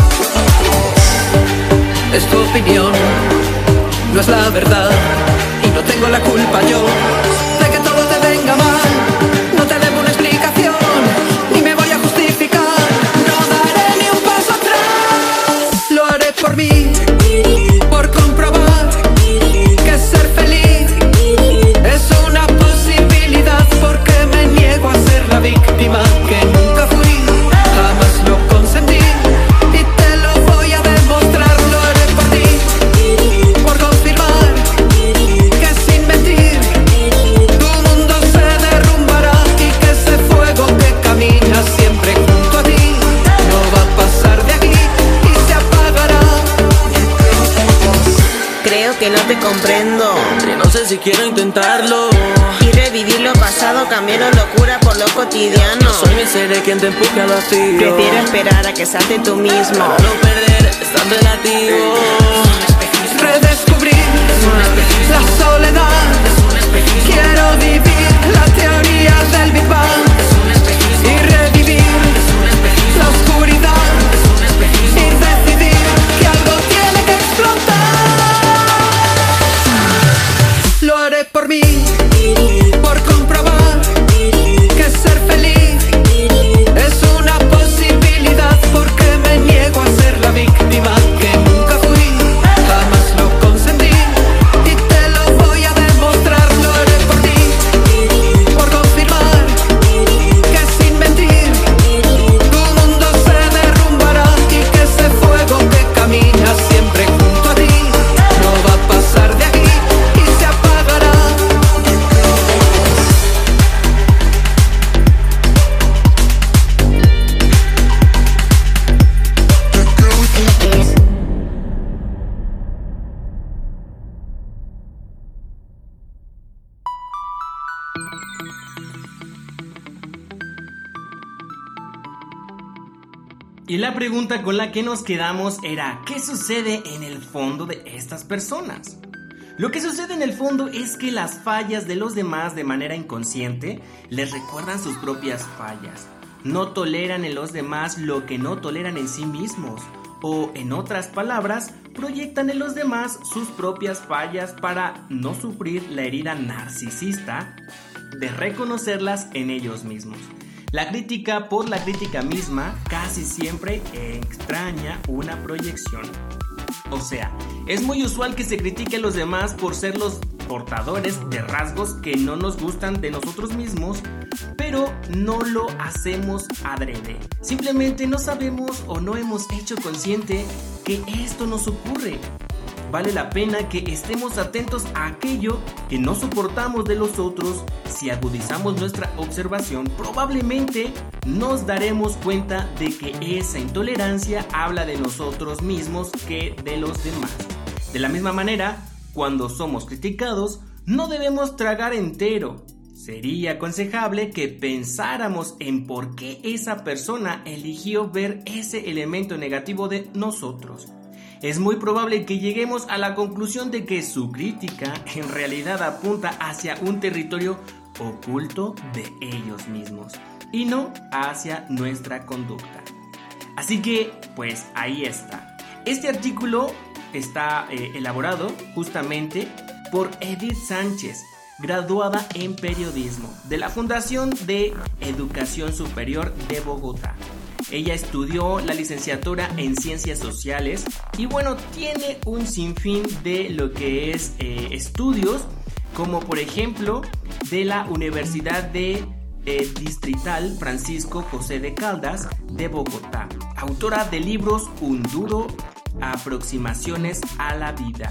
Es tu opinión, no es la verdad, y no tengo la culpa yo de que todo te venga mal. No te debo una explicación, ni me voy a justificar. No daré ni un paso atrás. Lo haré por mí, por comprobar que ser feliz es una posibilidad, porque me niego a ser la víctima que nunca fui. Jamás lo consentí y te lo voy a demostrar. Lo haré por ti, por confirmar que sin mentir tu mundo se derrumbará, y que ese fuego que camina siempre junto a ti no va a pasar de aquí y se apagará. Creo que no te comprendo, Y no sé si quiero intentarlo. y revivir lo pasado, cambiando locura por lo cotidiano. No soy mi ser quien te empuje al vacío. Prefiero esperar a que salte tú mismo. Para no perder, es tan relativo. Redescubrir la soledad. Quiero vivir la teoría del Big Bang y revivir la oscuridad y decidir que algo tiene que explotar. Lo haré por mí, por comprobar que ser feliz es una posibilidad, porque me niego a ser la víctima que nunca fui. Jamás lo consentí y te lo voy a demostrar. Lo haré por ti, por confirmar que sin mentir tu mundo se derrumbará, y que ese fuego que camina siempre junto a ti no va a pasar de aquí y se apagará. Y la pregunta con la que nos quedamos era: ¿qué sucede en el fondo de estas personas? Lo que sucede en el fondo es que las fallas de los demás de manera inconsciente les recuerdan sus propias fallas. No toleran en los demás lo que no toleran en sí mismos. O, en otras palabras, proyectan en los demás sus propias fallas para no sufrir la herida narcisista de reconocerlas en ellos mismos. La crítica por la crítica misma casi siempre extraña una proyección. O sea, es muy usual que se critique a los demás por ser los portadores de rasgos que no nos gustan de nosotros mismos, pero no lo hacemos adrede. Simplemente no sabemos o no hemos hecho consciente que esto nos ocurre. Vale la pena que estemos atentos a aquello que no soportamos de los otros. Si agudizamos nuestra observación, probablemente nos daremos cuenta de que esa intolerancia habla de nosotros mismos que de los demás. De la misma manera, cuando somos criticados, no debemos tragar entero. Sería aconsejable que pensáramos en por qué esa persona eligió ver ese elemento negativo de nosotros. Es muy probable que lleguemos a la conclusión de que su crítica en realidad apunta hacia un territorio oculto de ellos mismos y no hacia nuestra conducta. Así que, pues ahí está. Este artículo está eh, elaborado justamente por Edith Sánchez, graduada en periodismo de la Fundación de Educación Superior de Bogotá. Ella estudió la licenciatura en Ciencias Sociales y bueno, tiene un sinfín de lo que es eh, estudios, como por ejemplo de la Universidad de eh, Distrital Francisco José de Caldas de Bogotá, autora de libros Un duro, Aproximaciones a la vida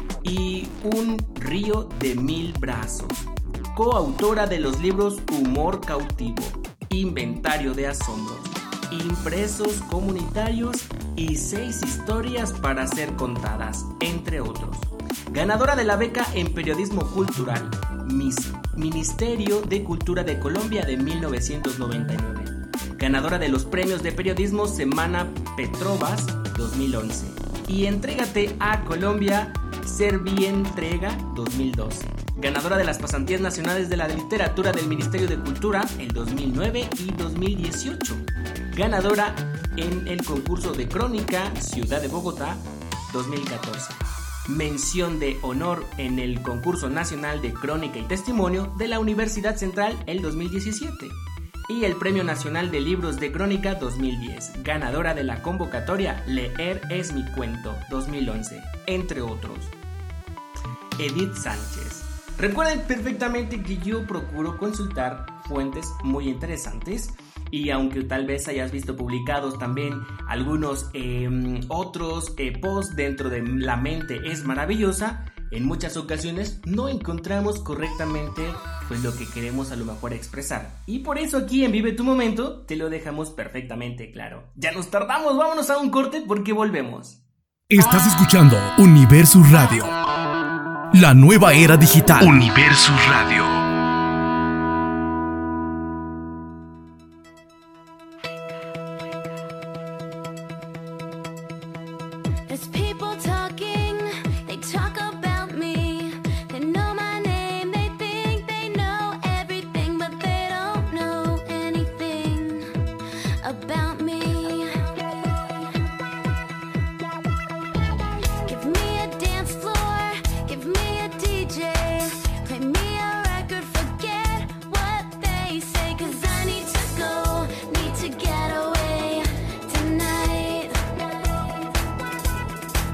y Un río de mil brazos, coautora de los libros Humor cautivo, Inventario de asombros. impresos comunitarios y seis historias para ser contadas, entre otros. Ganadora de la beca en Periodismo Cultural, Miss Ministerio de Cultura de Colombia de mil novecientos noventa y nueve. Ganadora de los premios de periodismo Semana Petrovas dos mil once. Y Entrégate a Colombia, Servientrega dos mil doce. Ganadora de las Pasantías Nacionales de la Literatura del Ministerio de Cultura el dos mil nueve y dos mil dieciocho. Ganadora en el concurso de Crónica Ciudad de Bogotá dos mil catorce. Mención de honor en el concurso nacional de Crónica y Testimonio de la Universidad Central el dos mil diecisiete. Y el Premio Nacional de Libros de Crónica dos mil diez, ganadora de la convocatoria Leer es mi cuento dos mil once, entre otros. Edith Sánchez. Recuerden perfectamente que yo procuro consultar fuentes muy interesantes y aunque tal vez hayas visto publicados también algunos eh, otros eh, posts dentro de La Mente es Maravillosa, en muchas ocasiones no encontramos correctamente pues lo que queremos a lo mejor expresar. Y por eso aquí en Vive tu Momento te lo dejamos perfectamente claro. Ya nos tardamos, vámonos a un corte porque volvemos. Estás escuchando Universus Radio, la nueva era digital. Universus Radio. There's people talking, they talk about me. They know my name, they think they know everything, but they don't know anything about me. Give me a dance floor, give me a D J, play me a record, forget what they say, 'cause I need to go, need to get away tonight.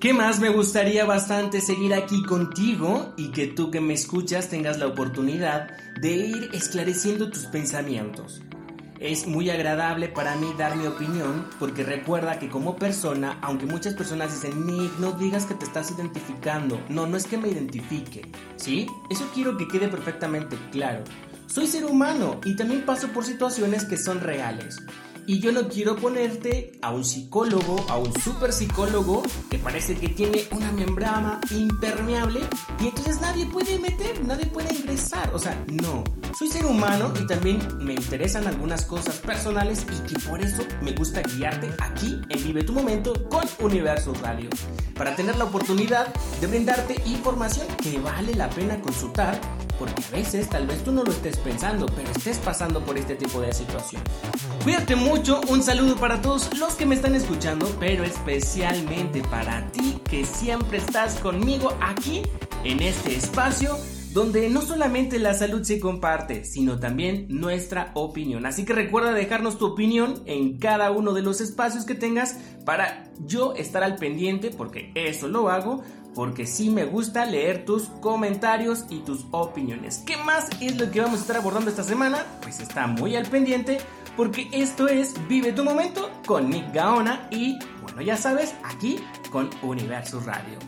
¿Qué más? Me gustaría bastante seguir aquí contigo y que tú que me escuchas tengas la oportunidad de ir esclareciendo tus pensamientos. Es muy agradable para mí dar mi opinión porque recuerda que como persona, aunque muchas personas dicen Nick, no digas que te estás identificando. No, no es que me identifique, ¿sí? Eso quiero que quede perfectamente claro. Soy ser humano y también paso por situaciones que son reales. Y yo no quiero ponerte a un psicólogo, a un super psicólogo que parece que tiene una membrana impermeable y entonces nadie puede meter, nadie puede ingresar. O sea, no. Soy ser humano y también me interesan algunas cosas personales y que por eso me gusta guiarte aquí en Vive tu Momento con Universo Radio. Para tener la oportunidad de brindarte información que vale la pena consultar. Porque a veces tal vez tú no lo estés pensando, pero estés pasando por este tipo de situación. Cuídate mucho, un saludo para todos los que me están escuchando, pero especialmente para ti que siempre estás conmigo aquí en este espacio donde no solamente la salud se comparte, sino también nuestra opinión. Así que recuerda dejarnos tu opinión en cada uno de los espacios que tengas para yo estar al pendiente, porque eso lo hago, porque sí me gusta leer tus comentarios y tus opiniones. ¿Qué más es lo que vamos a estar abordando esta semana? Pues está muy al pendiente, porque esto es Vive tu Momento con Nick Gaona y, bueno, ya sabes, aquí con Universo Radio.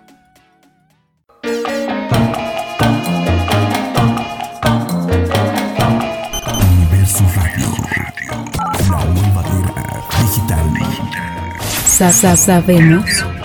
Universo Radio, la nueva era digital. Sa- sa- Sabemos